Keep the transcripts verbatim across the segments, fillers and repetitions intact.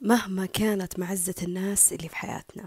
مهما كانت معزة الناس اللي في حياتنا،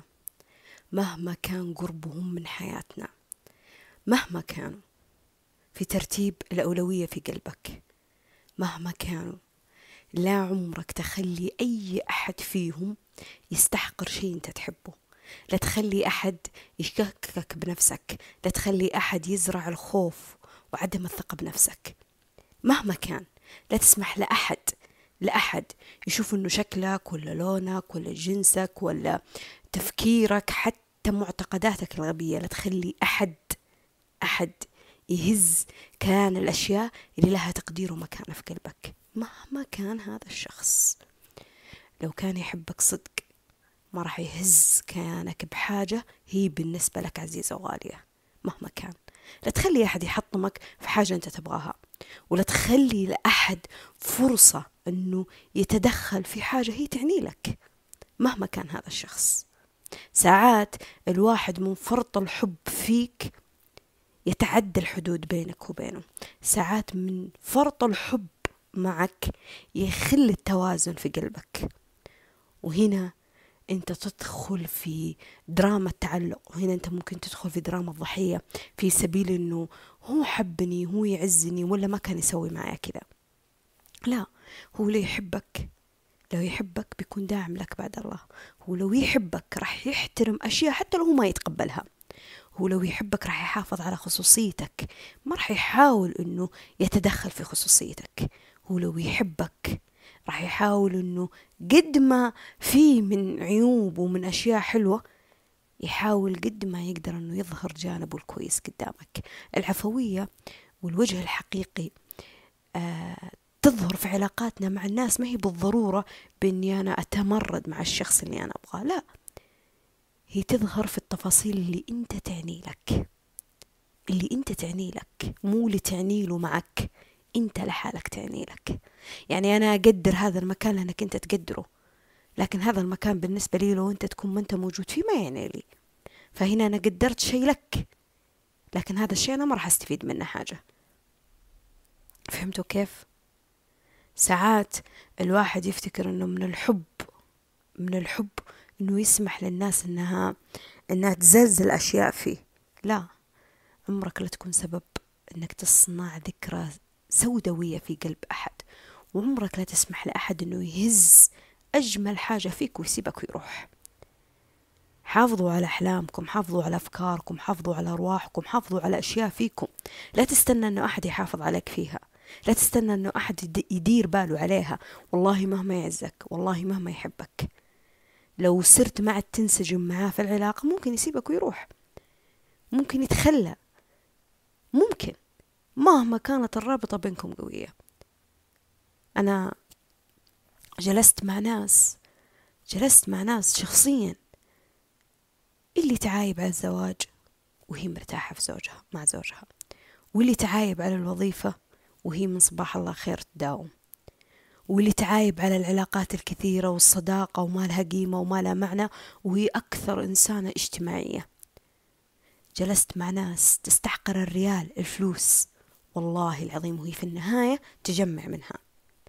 مهما كان قربهم من حياتنا، مهما كانوا في ترتيب الأولوية في قلبك، مهما كانوا، لا عمرك تخلي أي أحد فيهم يستحقر شيء أنت تحبه. لا تخلي أحد يشككك بنفسك، لا تخلي أحد يزرع الخوف وعدم الثقة بنفسك. مهما كان، لا تسمح لأحد لأحد يشوف إنه شكلك ولا لونك ولا جنسك ولا تفكيرك، حتى معتقداتك الغبية. لا تخلي أحد أحد يهز كيان الأشياء اللي لها تقدير ومكانة في قلبك، مهما كان هذا الشخص. لو كان يحبك صدق ما راح يهز كيانك بحاجة هي بالنسبة لك عزيزة وغالية مهما كان. لا تخلي أحد يحطمك في حاجة أنت تبغاها، ولا تخلي لأحد فرصة أنه يتدخل في حاجة هي تعني لك مهما كان هذا الشخص. ساعات الواحد من فرط الحب فيك يتعدى الحدود بينك وبينه، ساعات من فرط الحب معك يخل التوازن في قلبك، وهنا انت تدخل في دراما التعلق، وهنا انت ممكن تدخل في دراما الضحية في سبيل انه هو حبني، هو يعزني، ولا ما كان يسوي معي كذا. لا، هو لو يحبك لو يحبك بيكون داعم لك بعد الله. هو لو يحبك راح يحترم أشياء حتى لو هو ما يتقبلها. هو لو يحبك راح يحافظ على خصوصيتك، ما راح يحاول انه يتدخل في خصوصيتك. هو لو يحبك راح يحاول انه قد ما في من عيوب ومن اشياء حلوة، يحاول قد ما يقدر انه يظهر جانبه الكويس قدامك. العفوية والوجه الحقيقي آه تظهر في علاقاتنا مع الناس، ما هي بالضرورة بإني أنا أتمرد مع الشخص اللي أنا أبغاه، لا، هي تظهر في التفاصيل اللي أنت تعني لك، اللي أنت تعني لك، مو اللي تعني له معك، أنت لحالك تعني لك. يعني أنا أقدر هذا المكان لأنك أنت تقدره، لكن هذا المكان بالنسبة لي لو أنت تكون ما أنت موجود فيه ما يعني لي. فهنا أنا قدرت شيء لك، لكن هذا الشيء أنا ما راح أستفيد منه حاجة. فهمتوا كيف؟ ساعات الواحد يفتكر أنه من الحب من الحب أنه يسمح للناس أنها أنها تزلزل أشياء فيه. لا، عمرك لا تكون سبب أنك تصنع ذكرى سوداوية في قلب أحد، وعمرك لا تسمح لأحد أنه يهز أجمل حاجة فيك ويسيبك ويروح. حافظوا على أحلامكم، حافظوا على أفكاركم، حافظوا على أرواحكم، حافظوا على أشياء فيكم. لا تستنى أنه أحد يحافظ عليك فيها، لا تستنى أنه أحد يدير باله عليها. والله مهما يعزك، والله مهما يحبك، لو صرت معه تنسجم معاه في العلاقة ممكن يسيبك ويروح، ممكن يتخلى، ممكن، مهما كانت الرابطة بينكم قوية. أنا جلست مع ناس جلست مع ناس شخصيا اللي تعايب على الزواج وهي مرتاحة في زوجها مع زوجها، واللي تعايب على الوظيفة وهي من صباح الله خير تداوم، واللي تعايب على العلاقات الكثيرة والصداقة وما لها قيمة وما لها معنى وهي أكثر إنسانة اجتماعية. جلست مع ناس تستحقر الريال، الفلوس، والله العظيم وهي في النهاية تجمع منها.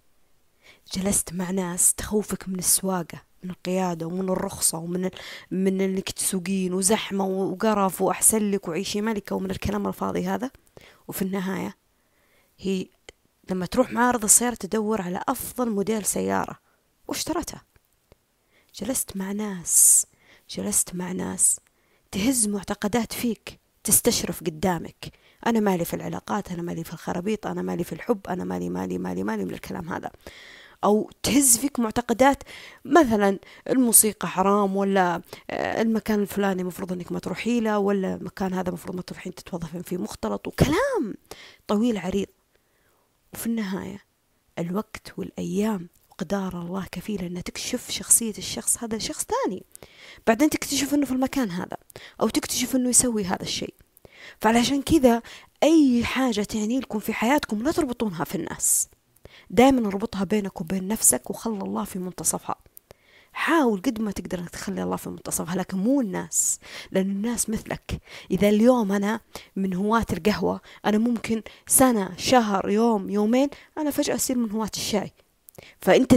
جلست مع ناس تخوفك من السواقة، من القيادة ومن الرخصة ومن ال... من انك تسوقين وزحمة وقرف واحسن لك وعيشي ملكة ومن الكلام الفاضي هذا، وفي النهاية هي لما تروح معارض السيارة تدور على أفضل موديل سيارة واشترتها. جلست مع ناس جلست مع ناس تهز معتقدات فيك، تستشرف قدامك. أنا مالي في العلاقات، أنا مالي في الخرابيط، أنا مالي في الحب، أنا مالي مالي مالي مالي من الكلام هذا. أو تهز فيك معتقدات مثلا الموسيقى حرام، ولا المكان الفلاني مفروض أنك ما تروحي له، ولا المكان هذا مفروض ما تروحين تتوظفين فيه مختلط، وكلام طويل عريض. وفي النهاية الوقت والأيام وقدار الله كفيلة أن تكشف شخصية الشخص هذا لشخص ثاني، بعدين تكتشف أنه في المكان هذا، أو تكتشف أنه يسوي هذا الشيء. فعلشان كذا أي حاجة تعني لكم في حياتكم لا تربطونها في الناس، دائما اربطها بينك وبين نفسك وخلى الله في منتصفها. حاول قد ما تقدر انك تخلي الله في منتصفها، لكن مو الناس، لأن الناس مثلك. إذا اليوم أنا من هواة القهوة، أنا ممكن سنة، شهر، يوم، يومين، أنا فجأة أصير من هواة الشاي. فأنت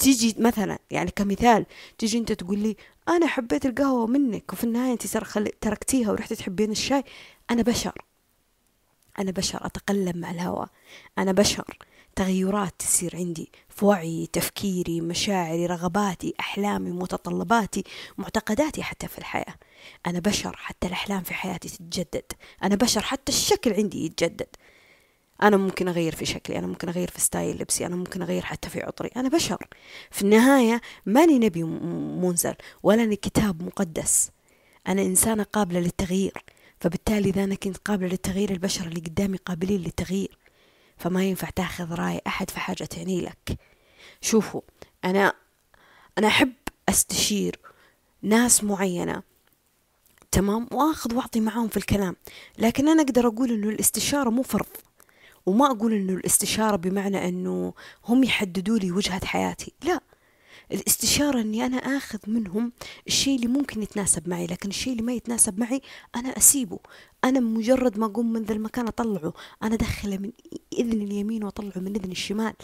تيجي مثلا يعني كمثال، تيجي انت تقول لي انا حبيت القهوة منك وفي النهاية انت تركتيها ورحتي تحبين الشاي. انا بشر، أنا بشر أتقلب مع الهواء، أنا بشر، تغيرات تصير عندي في وعي، تفكيري، مشاعري، رغباتي، أحلامي، متطلباتي، معتقداتي حتى في الحياة. أنا بشر، حتى الأحلام في حياتي تتجدد. أنا بشر، حتى الشكل عندي يتجدد. أنا ممكن أغير في شكلي، أنا ممكن أغير في ستايل لبسي، أنا ممكن أغير حتى في عطري. أنا بشر في النهاية، ماني نبي منزل ولا كتاب مقدس. أنا إنسانة قابلة للتغيير، فبالتالي إذا أنا كنت قابلة للتغيير، البشر اللي قدامي قابلين للتغيير، فما ينفع تاخذ رأي أحد في حاجة تعني لك. شوفوا، أنا أنا أحب أستشير ناس معينة، تمام، وأخذ وأعطي معاهم في الكلام، لكن أنا أقدر أقول إنه الاستشارة مو فرض، وما أقول إنه الاستشارة بمعنى إنه هم يحددوا لي وجهة حياتي. لا، الاستشارة أني أنا أخذ منهم الشيء اللي ممكن يتناسب معي، لكن الشيء اللي ما يتناسب معي أنا أسيبه. أنا مجرد ما أقوم من ذا المكان أطلعه، أنا أدخله من إذن اليمين وأطلعه من إذن الشمال،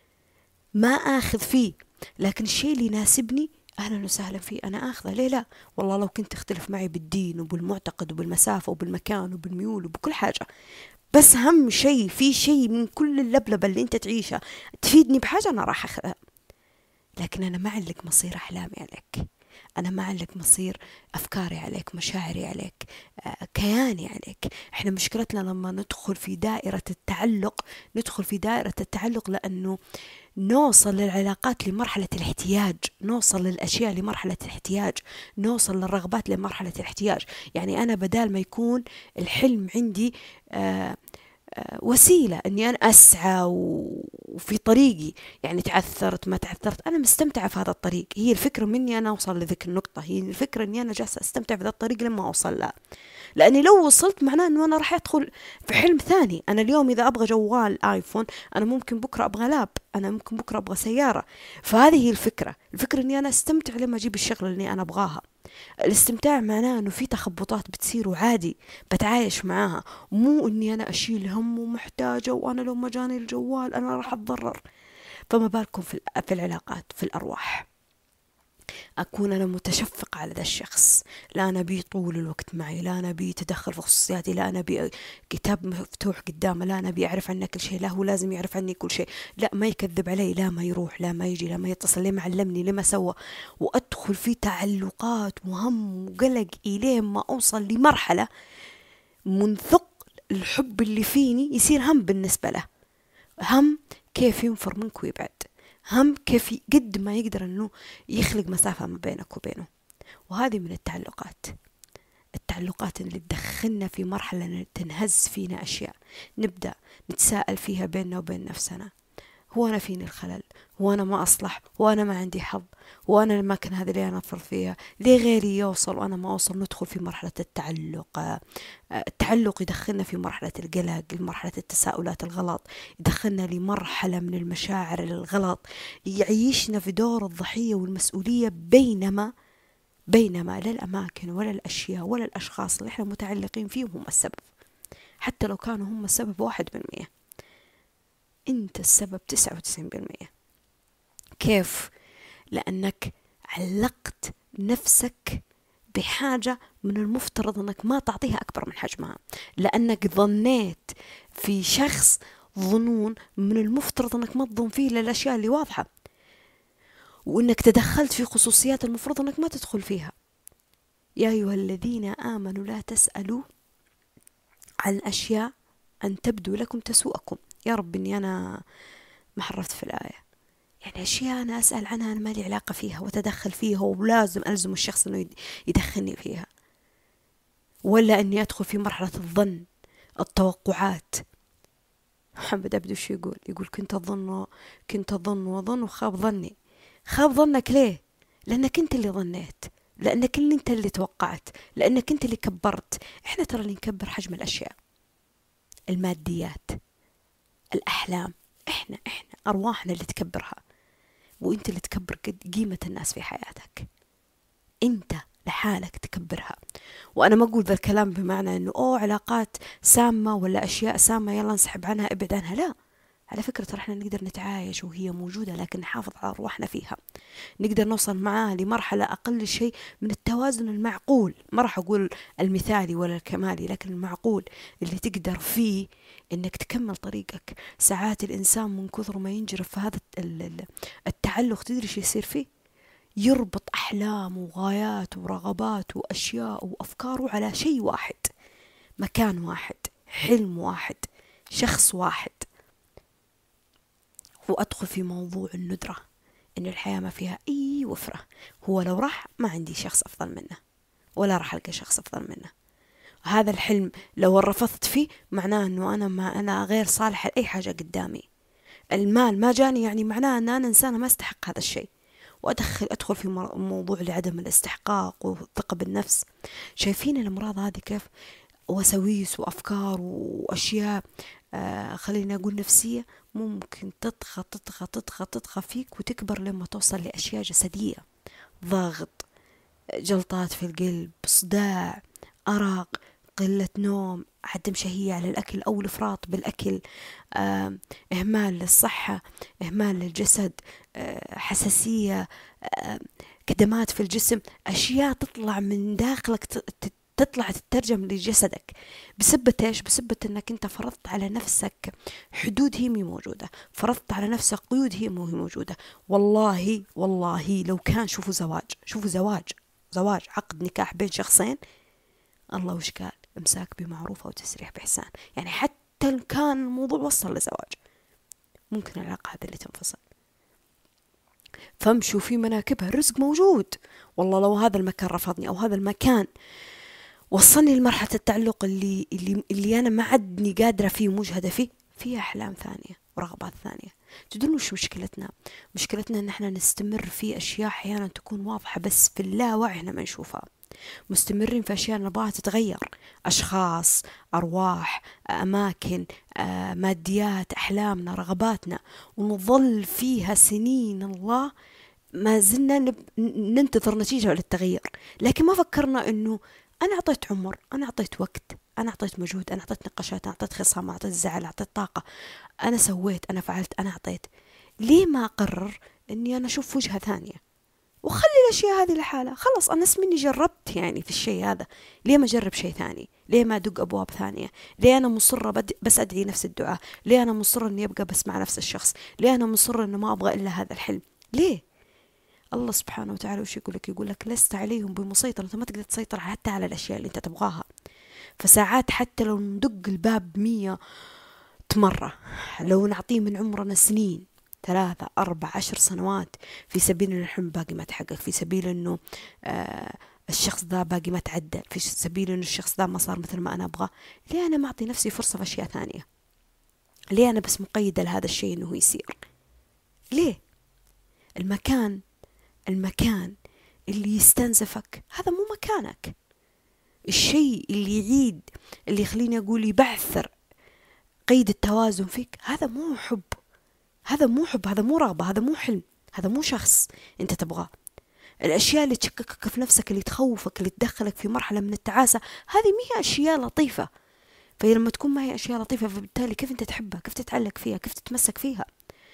ما أخذ فيه. لكن الشيء اللي يناسبني أهلا وسهلا فيه، أنا أخذه. ليه لا؟ والله لو كنت تختلف معي بالدين وبالمعتقد وبالمسافة وبالمكان وبالميول وبكل حاجة، بس أهم شيء في شيء من كل اللبلبة اللي أنت تعيشها تفيدني بحاجة، أنا راح أخذها. لكن أنا ما أعلق مصير أحلامي عليك، أنا ما أعلق مصير أفكاري عليك، مشاعري عليك، آه، كياني عليك. إحنا مشكلتنا لما ندخل في دائرة التعلق، ندخل في دائرة التعلق لأنه نوصل للعلاقات لمرحلة الاحتياج، نوصل للأشياء لمرحلة الاحتياج، نوصل للرغبات لمرحلة الاحتياج. يعني أنا بدال ما يكون الحلم عندي آه وسيلة أني أنا أسعى وفي طريقي، يعني تعثرت ما تعثرت أنا مستمتعة في هذا الطريق. هي الفكرة مني أنا أوصل لذيك النقطة، هي الفكرة أني أنا جالسة أستمتع في هذا الطريق لما أوصل لها. لأني لو وصلت معناه أنه أنا راح أدخل في حلم ثاني. أنا اليوم إذا أبغى جوال آيفون، أنا ممكن بكرة أبغى لاب، أنا ممكن بكرة أبغى سيارة. فهذه هي الفكرة، الفكرة أني أنا أستمتع لما أجيب الشغلة اللي أنا أبغاها. الاستمتاع معناه انه في تخبطات بتصير وعادي بتعايش معاها، مو اني انا اشيل هم ومحتاجة وانا لو ما جاني الجوال انا راح اتضرر. فما بالكم في في العلاقات، في الارواح، أكون أنا متشفق على ذا الشخص، لا نبي طول الوقت معي، لا نبي تدخل في خصوصياتي، لا نبي كتاب مفتوح قدامه، لا نبي يعرف عنك كل شيء، لا هو لازم يعرف عني كل شيء، لا ما يكذب علي، لا ما يروح، لا ما يجي، لا ما يتصل، ليه ما علمني، ليه ما سوى. وأدخل في تعلقات وهم وقلق إلين ما أوصل لمرحلة من ثقل الحب اللي فيني يصير هم بالنسبة له، هم كيف ينفر منك ويبعد، هم كيف قد ما يقدر أنه يخلق مسافة ما بينك وبينه. وهذه من التعلقات، التعلقات اللي تدخلنا في مرحلة تنهز فينا أشياء، نبدأ نتساءل فيها بيننا وبين نفسنا: هو أنا فيني الخلل؟ هو أنا ما أصلح؟ هو أنا ما عندي حظ؟ هو أنا المكان هذا اللي أنا أفرض فيها؟ ليه غيري يوصل وأنا ما أوصل؟ ندخل في مرحلة التعلق. التعلق يدخلنا في مرحلة القلق، مرحلة التساؤلات الغلط، يدخلنا لمرحلة من المشاعر الغلط، يعيشنا في دور الضحية والمسؤولية، بينما بينما لا الأماكن ولا الأشياء ولا الأشخاص اللي احنا متعلقين فيهم هم السبب. حتى لو كانوا هم السبب واحد بالمية، انت السبب تسعة وتسعين بالمية. كيف؟ لأنك علقت نفسك بحاجة من المفترض أنك ما تعطيها أكبر من حجمها، لأنك ظنيت في شخص ظنون من المفترض أنك ما تظن فيه للأشياء اللي واضحة، وأنك تدخلت في خصوصيات المفروض أنك ما تدخل فيها. يا أيها الذين آمنوا لا تسألوا عن أشياء أن تبدو لكم تسوءكم. يا رب إني أنا ما حرفت في الآية، يعني أشياء أنا أسأل عنها أنا ما لي علاقة فيها وتدخل فيها، ولازم ألزم الشخص أنه يدخلني فيها، ولا أني أدخل في مرحلة الظن، التوقعات. محمد عبده شو يقول؟ يقول كنت أظن كنت أظن وظن وخاب ظني. خاب ظنك ليه؟ لأنك أنت اللي ظنيت، لأنك اللي أنت اللي توقعت، لأنك أنت اللي كبرت. إحنا ترى اللي نكبر حجم الأشياء، الماديات، الأحلام، إحنا إحنا أرواحنا اللي تكبرها، وإنت اللي تكبر قيمة الناس في حياتك، أنت لحالك تكبرها. وأنا ما أقول ذا الكلام بمعنى أنه أوه علاقات سامة ولا أشياء سامة يلا نسحب عنها ابعد عنها، لا، على فكرة ترى احنا نقدر نتعايش وهي موجودة، لكن نحافظ على أرواحنا فيها. نقدر نوصل معاه لمرحلة أقل شيء من التوازن المعقول، ما راح أقول المثالي ولا الكمالي، لكن المعقول اللي تقدر فيه إنك تكمل طريقك. ساعات الإنسان من كثر ما ينجرف في هذا التعلق، تدري شو يصير فيه؟ يربط أحلام وغايات ورغبات وأشياء وأفكاره على شيء واحد، مكان واحد، حلم واحد، شخص واحد. وأدخل في موضوع الندرة، إن الحياة ما فيها أي وفرة. هو لو راح ما عندي شخص أفضل منه، ولا راح ألقى شخص أفضل منه. هذا الحلم لو رفضت فيه معناه أنه أنا ما أنا غير صالح لأي حاجة قدامي. المال ما جاني يعني معناه أن أنا إنسانة ما استحق هذا الشيء. وأدخل أدخل في موضوع لعدم الاستحقاق والثقة بالنفس. شايفين الأمراض هذه كيف؟ وسويس وأفكار وأشياء آه خلينا أقول نفسية، ممكن تطغى تطغى تطغى تطغى فيك وتكبر لما توصل لأشياء جسدية، ضغط، جلطات في القلب، صداع، أرق، قلة نوم، عدم شهية على الأكل أو الإفراط بالأكل، آه، إهمال للصحة، إهمال للجسد، آه، حساسية، آه، كدمات في الجسم، أشياء تطلع من داخلك تطلع تترجم لجسدك بسبة إيش؟ بسبة أنك أنت فرضت على نفسك حدود هي مي موجودة، فرضت على نفسك قيود هي مو هي موجودة. والله والله لو كان شوفوا زواج، شوفوا زواج زواج عقد نكاح بين شخصين، الله وش قال؟ امساك بمعروف أو تسريح بإحسان. يعني حتى لو كان الموضوع وصل لزواج، ممكن العلاقة هذه اللي تنفصل. فامشوا في مناكبها، الرزق موجود. والله لو هذا المكان رفضني أو هذا المكان وصلني لمرحلة التعلق اللي اللي اللي أنا ما عدني قادرة فيه ومجهدة فيه، في أحلام ثانية ورغبات ثانية. تدرون وش مشكلتنا؟ مشكلتنا إن إحنا نستمر في أشياء أحيانا تكون واضحة بس في اللاوعي إحنا ما نشوفها. مستمرين في أشياء نبغاها تتغير، أشخاص، أرواح، أماكن، آه، ماديات، أحلامنا، رغباتنا، ونظل فيها سنين. الله ما زلنا نب... ننتظر نتيجة للتغيير، لكن ما فكرنا إنه أنا أعطيت عمر، أنا أعطيت وقت، أنا أعطيت مجهود، أنا أعطيت نقاشات، أنا أعطيت خصام، أعطيت زعل، أعطيت طاقة، أنا سويت، أنا فعلت، أنا أعطيت. ليه ما أقرر إني أنا أشوف وجهة ثانية وخلي الأشياء هذه لحالها؟ خلص أنا اسمي جربت يعني في الشيء هذا، ليه ما أجرب شيء ثاني؟ ليه ما أدق أبواب ثانية؟ ليه أنا مصرة بد... بس أدعي نفس الدعاء؟ ليه أنا مصرة إني أبقى بس مع نفس الشخص؟ ليه أنا مصرة إنه ما أبغى إلا هذا الحلم؟ ليه؟ الله سبحانه وتعالى وش يقول لك؟ يقول لك لست عليهم بمسيطر، أنت ما تقدر تسيطر حتى على الأشياء اللي أنت تبغاها. فساعات حتى لو ندق الباب مية مرة، لو نعطيه من عمرنا سنين، ثلاثة أربع عشر سنوات، في سبيل أن الحلم باقي ما تحقق، في سبيل أنه آه الشخص ذا باقي ما تعدل، في سبيل أنه الشخص ذا ما صار مثل ما أنا أبغى، ليه أنا ما أعطي نفسي فرصة في أشياء ثانية؟ ليه أنا بس مقيدة لهذا الشيء أنه يصير؟ ليه؟ المكان المكان اللي يستنزفك هذا مو مكانك. الشيء اللي يعيد، اللي يخليني أقول يبعثر قيد التوازن فيك، هذا مو حب، هذا مو حب، هذا مو رغبة، هذا مو حلم، هذا مو شخص أنت تبغاه. الأشياء اللي تشككك في نفسك، اللي تخوفك، اللي تدخلك في مرحلة من التعاسة، هذه ما هي أشياء لطيفة. فهي لما تكون ما هي أشياء لطيفة، فبالتالي كيف أنت تحبها؟ كيف تتعلق فيها؟ كيف تتمسك فيها؟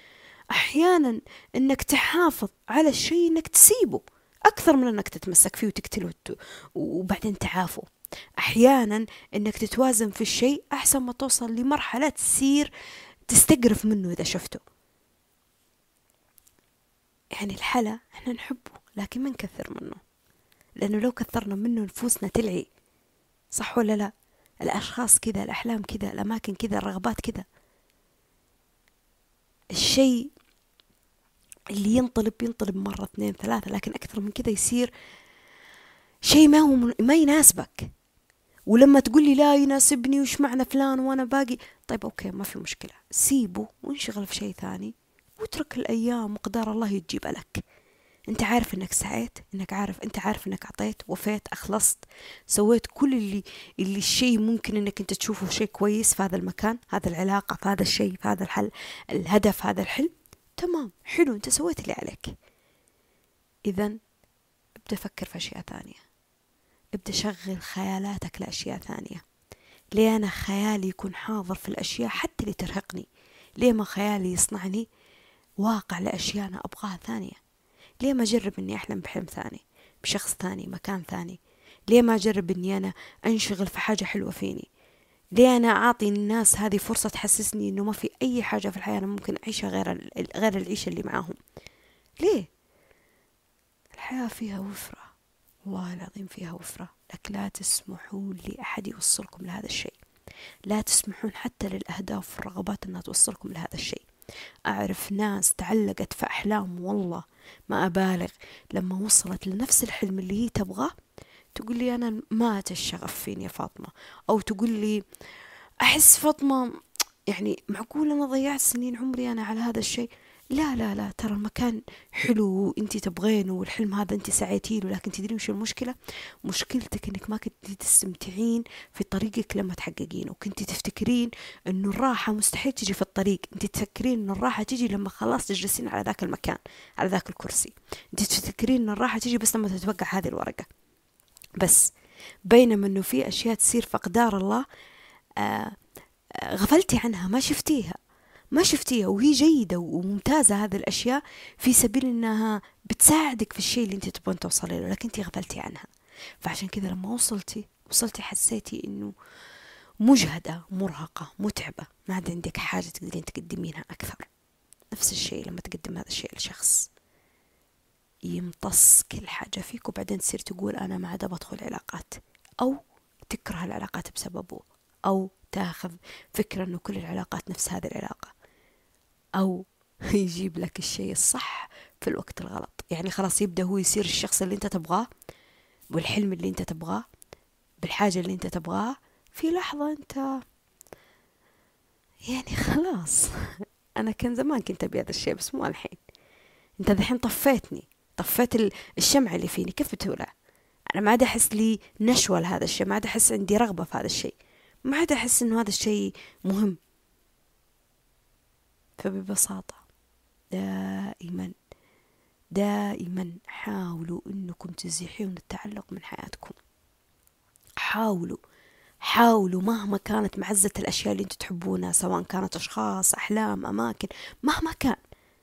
أحيانا أنك تحافظ على الشيء أنك تسيبه أكثر من أنك تتمسك فيه وتقتله وبعدين تعافه. أحيانا أنك تتوازن في الشيء أحسن ما توصل لمرحلة تصير تستقرف منه إذا شفته. يعني الحلا إحنا نحبه لكن ما نكثر منه، لأنه لو كثرنا منه نفوسنا تلعي، صح ولا لا؟ الأشخاص كذا، الأحلام كذا، الأماكن كذا، الرغبات كذا. الشيء اللي ينطلب ينطلب مرة اثنين ثلاثة، لكن أكثر من كذا يصير شيء ما هو ما يناسبك. ولما تقول لي لا يناسبني وش معنى فلان وأنا باقي، طيب أوكي ما في مشكلة، سيبه وانشغل في شيء ثاني واترك الأيام وقدار الله يجيب لك. أنت عارف أنك سعيت، أنك عارف، أنت عارف أنك عطيت، وفيت، أخلصت، سويت كل اللي اللي الشيء ممكن أنك أنت تشوفه شيء كويس في هذا المكان، هذا العلاقة، في هذا الشيء، في هذا الحل، الهدف، هذا الحلم. تمام، حلو، أنت سويت اللي عليك. إذن ابدأ فكر في أشياء ثانية، ابدأ شغل خيالاتك لأشياء ثانية. ليه أنا خيالي يكون حاضر في الأشياء حتى اللي ترهقني؟ ليه ما خيالي يصنعني واقع لأشياء أنا أبغاها ثانية؟ ليه ما أجرب أني أحلم بحلم ثاني، بشخص ثاني، مكان ثاني؟ ليه ما أجرب أني أنا أنشغل في حاجة حلوة فيني؟ ليه أنا أعطي الناس هذه فرصة تحسسني أنه ما في أي حاجة في الحياة أنا ممكن أعيشها غير غير العيشة اللي معاهم؟ ليه؟ الحياة فيها وفرة، والله العظيم فيها وفرة، لكن لا تسمحوا لأحد يوصلكم لهذا الشيء. لا تسمحون حتى للأهداف والرغبات أنها توصلكم لهذا الشيء. أعرف ناس تعلقت في أحلام، والله ما أبالغ، لما وصلت لنفس الحلم اللي هي تبغاه تقول لي أنا مات الشغف فيني يا فاطمة، أو تقول لي أحس فاطمة يعني معقول أنا ضيعت سنين عمري أنا على هذا الشيء؟ لا لا لا، ترى المكان حلو وانتي تبغينه والحلم هذا انتي سعيتي له، لكن تدري وش المشكلة؟ مشكلتك انك ما كنتي تستمتعين في طريقك لما تحققينه، وكنتي تفتكرين انه الراحة مستحيل تجي في الطريق، انتي تفكرين انه الراحة تجي لما خلاص تجلسين على ذاك المكان، على ذاك الكرسي، انتي تفتكرين انه الراحة تجي بس لما تتوقع هذه الورقة بس، بينما انه في اشياء تصير في اقدار الله آه آه غفلتي عنها، ما شفتيها، ما شفتيها، وهي جيدة وممتازة هذه الأشياء في سبيل أنها بتساعدك في الشيء اللي أنت تبغين توصلي له، لكن أنت غفلتي عنها. فعشان كذا لما وصلتي وصلتي حسيتي أنه مجهدة، مرهقة، متعبة، ما عاد عندك حاجة تقدرين تقدمينها أكثر. نفس الشيء لما تقدم هذا الشيء لشخص يمتص كل حاجة فيك، وبعدين تصير تقول أنا ما عاد بدخل علاقات، أو تكره العلاقات بسببه، أو تاخذ فكرة أنه كل العلاقات نفس هذه العلاقة، أو يجيب لك الشيء الصح في الوقت الغلط. يعني خلاص يبدأ هو يصير الشخص اللي انت تبغاه، والحلم اللي انت تبغاه، بالحاجة اللي انت تبغاه، في لحظة انت يعني خلاص أنا كان زمان كنت أبي هذا الشيء بس مو الحين. انت الحين طفيتني، طفيت الشمعة اللي فيني، كيف بتولع؟ أنا ما عاد أحس لي نشوة لهذا الشيء، ما عاد أحس عندي رغبة في هذا الشيء، ما عاد أحس إنه هذا الشيء مهم. فببساطة دائما دائما حاولوا انكم تزيحون التعلق من حياتكم. حاولوا حاولوا مهما كانت معزة الاشياء اللي انتم تحبونها، سواء كانت اشخاص، احلام، اماكن، مهما كان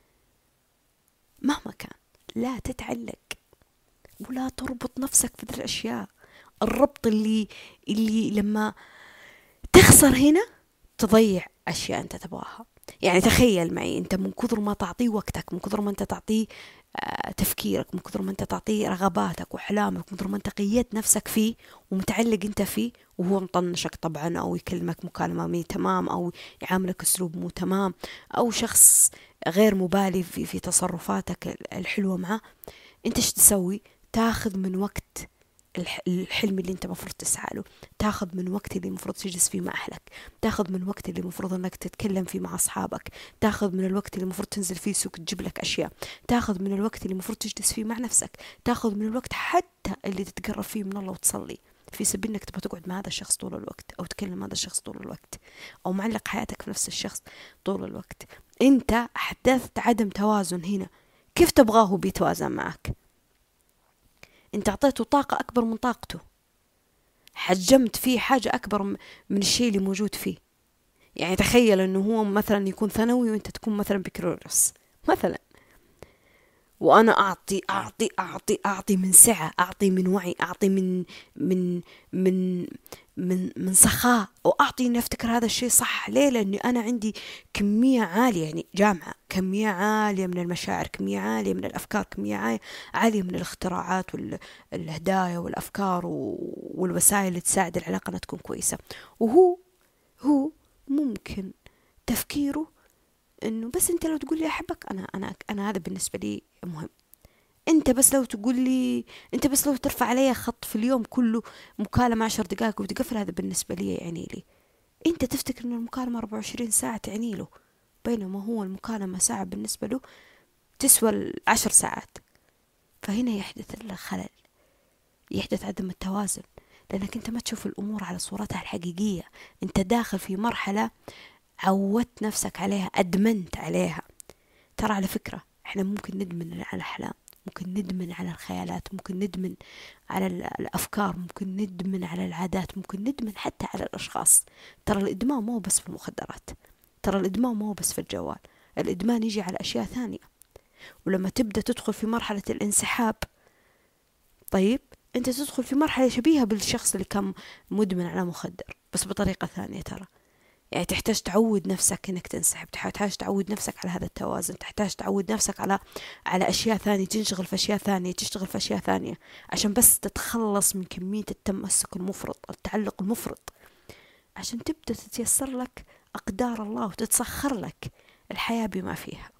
مهما كان لا تتعلق ولا تربط نفسك في ذي الاشياء. الربط اللي اللي لما تخسر هنا تضيع اشياء انت تبغاها. يعني تخيل معي، انت من كثر ما تعطيه وقتك، من كثر ما انت تعطيه تفكيرك، من كثر ما انت تعطيه رغباتك واحلامك، من كثر ما انت قيدت نفسك فيه ومتعلق انت فيه، وهو مطنشك طبعا، او يكلمك مكالمة مي تمام، او يعاملك اسلوب مو تمام، او شخص غير مبالي في, في تصرفاتك الحلوة معه، انت ايش تسوي؟ تاخذ من وقت الحلم اللي انت مفروض تسعى له، تاخذ من وقت اللي مفروض تجلس فيه مع اهلك، تاخذ من وقت اللي مفروض انك تتكلم فيه مع اصحابك، تاخذ من الوقت اللي مفروض تنزل فيه سوق تجيب لك اشياء، تاخذ من الوقت اللي مفروض تجلس فيه مع نفسك، تاخذ من الوقت حتى اللي تتقرب فيه من الله وتصلي، في سبيل انك تبغى تقعد مع هذا الشخص طول الوقت، او تكلم هذا الشخص طول الوقت، او معلق حياتك في نفس الشخص طول الوقت. انت حدثت عدم توازن هنا، كيف تبغاه بيتوازن معك؟ انت اعطيته طاقة اكبر من طاقته، حجمت فيه حاجة اكبر من الشيء اللي موجود فيه. يعني تخيل انه هو مثلا يكون ثانوي وانت تكون مثلا بكالوريوس مثلا، وانا اعطي اعطي اعطي اعطي من سعة، اعطي من وعي، اعطي من من من من من سخاء، واعطي اني افتكر هذا الشيء صح. ليه؟ لاني انا عندي كمية عالية، يعني جامعة، كمية عالية من المشاعر، كمية عالية من الافكار، كمية عالية من الاختراعات والهدايا والافكار والوسائل اللي تساعد العلاقة انها تكون كويسة. وهو هو ممكن تفكيره انه بس انت لو تقول لي احبك، انا انا انا هذا بالنسبة لي مهم. انت بس لو تقول لي، انت بس لو ترفع علي خط في اليوم كله مكالمة عشر دقائق وتقفل، هذا بالنسبة لي يعني لي. انت تفتكر ان المكالمة أربعة وعشرين ساعة تعني له، بينما هو المكالمة ساعة بالنسبة له تسوى العشر ساعات. فهنا يحدث الخلل، يحدث عدم التوازن، لانك انت ما تشوف الامور على صورتها الحقيقية. انت داخل في مرحلة عودت نفسك عليها، ادمنت عليها. ترى على فكرة احنا ممكن ندمن على الأحلام، ممكن ندمن على الخيالات، ممكن ندمن على الأفكار، ممكن ندمن على العادات، ممكن ندمن حتى على الأشخاص. ترى الإدمان مو بس في المخدرات، ترى الإدمان مو بس في الجوال، الإدمان يجي على أشياء ثانية. ولما تبدأ تدخل في مرحلة الانسحاب، طيب أنت تدخل في مرحلة شبيهة بالشخص اللي كان مدمن على مخدر، بس بطريقة ثانية. ترى يعني تحتاج تعود نفسك انك تنسحب، تحتاج تعود نفسك على هذا التوازن، تحتاج تعود نفسك على على اشياء ثانية، تنشغل في اشياء ثانية، تشتغل في اشياء ثانية، عشان بس تتخلص من كمية التمسك المفرط، التعلق المفرط، عشان تبدأ تتيسر لك اقدار الله وتتسخر لك الحياة بما فيها.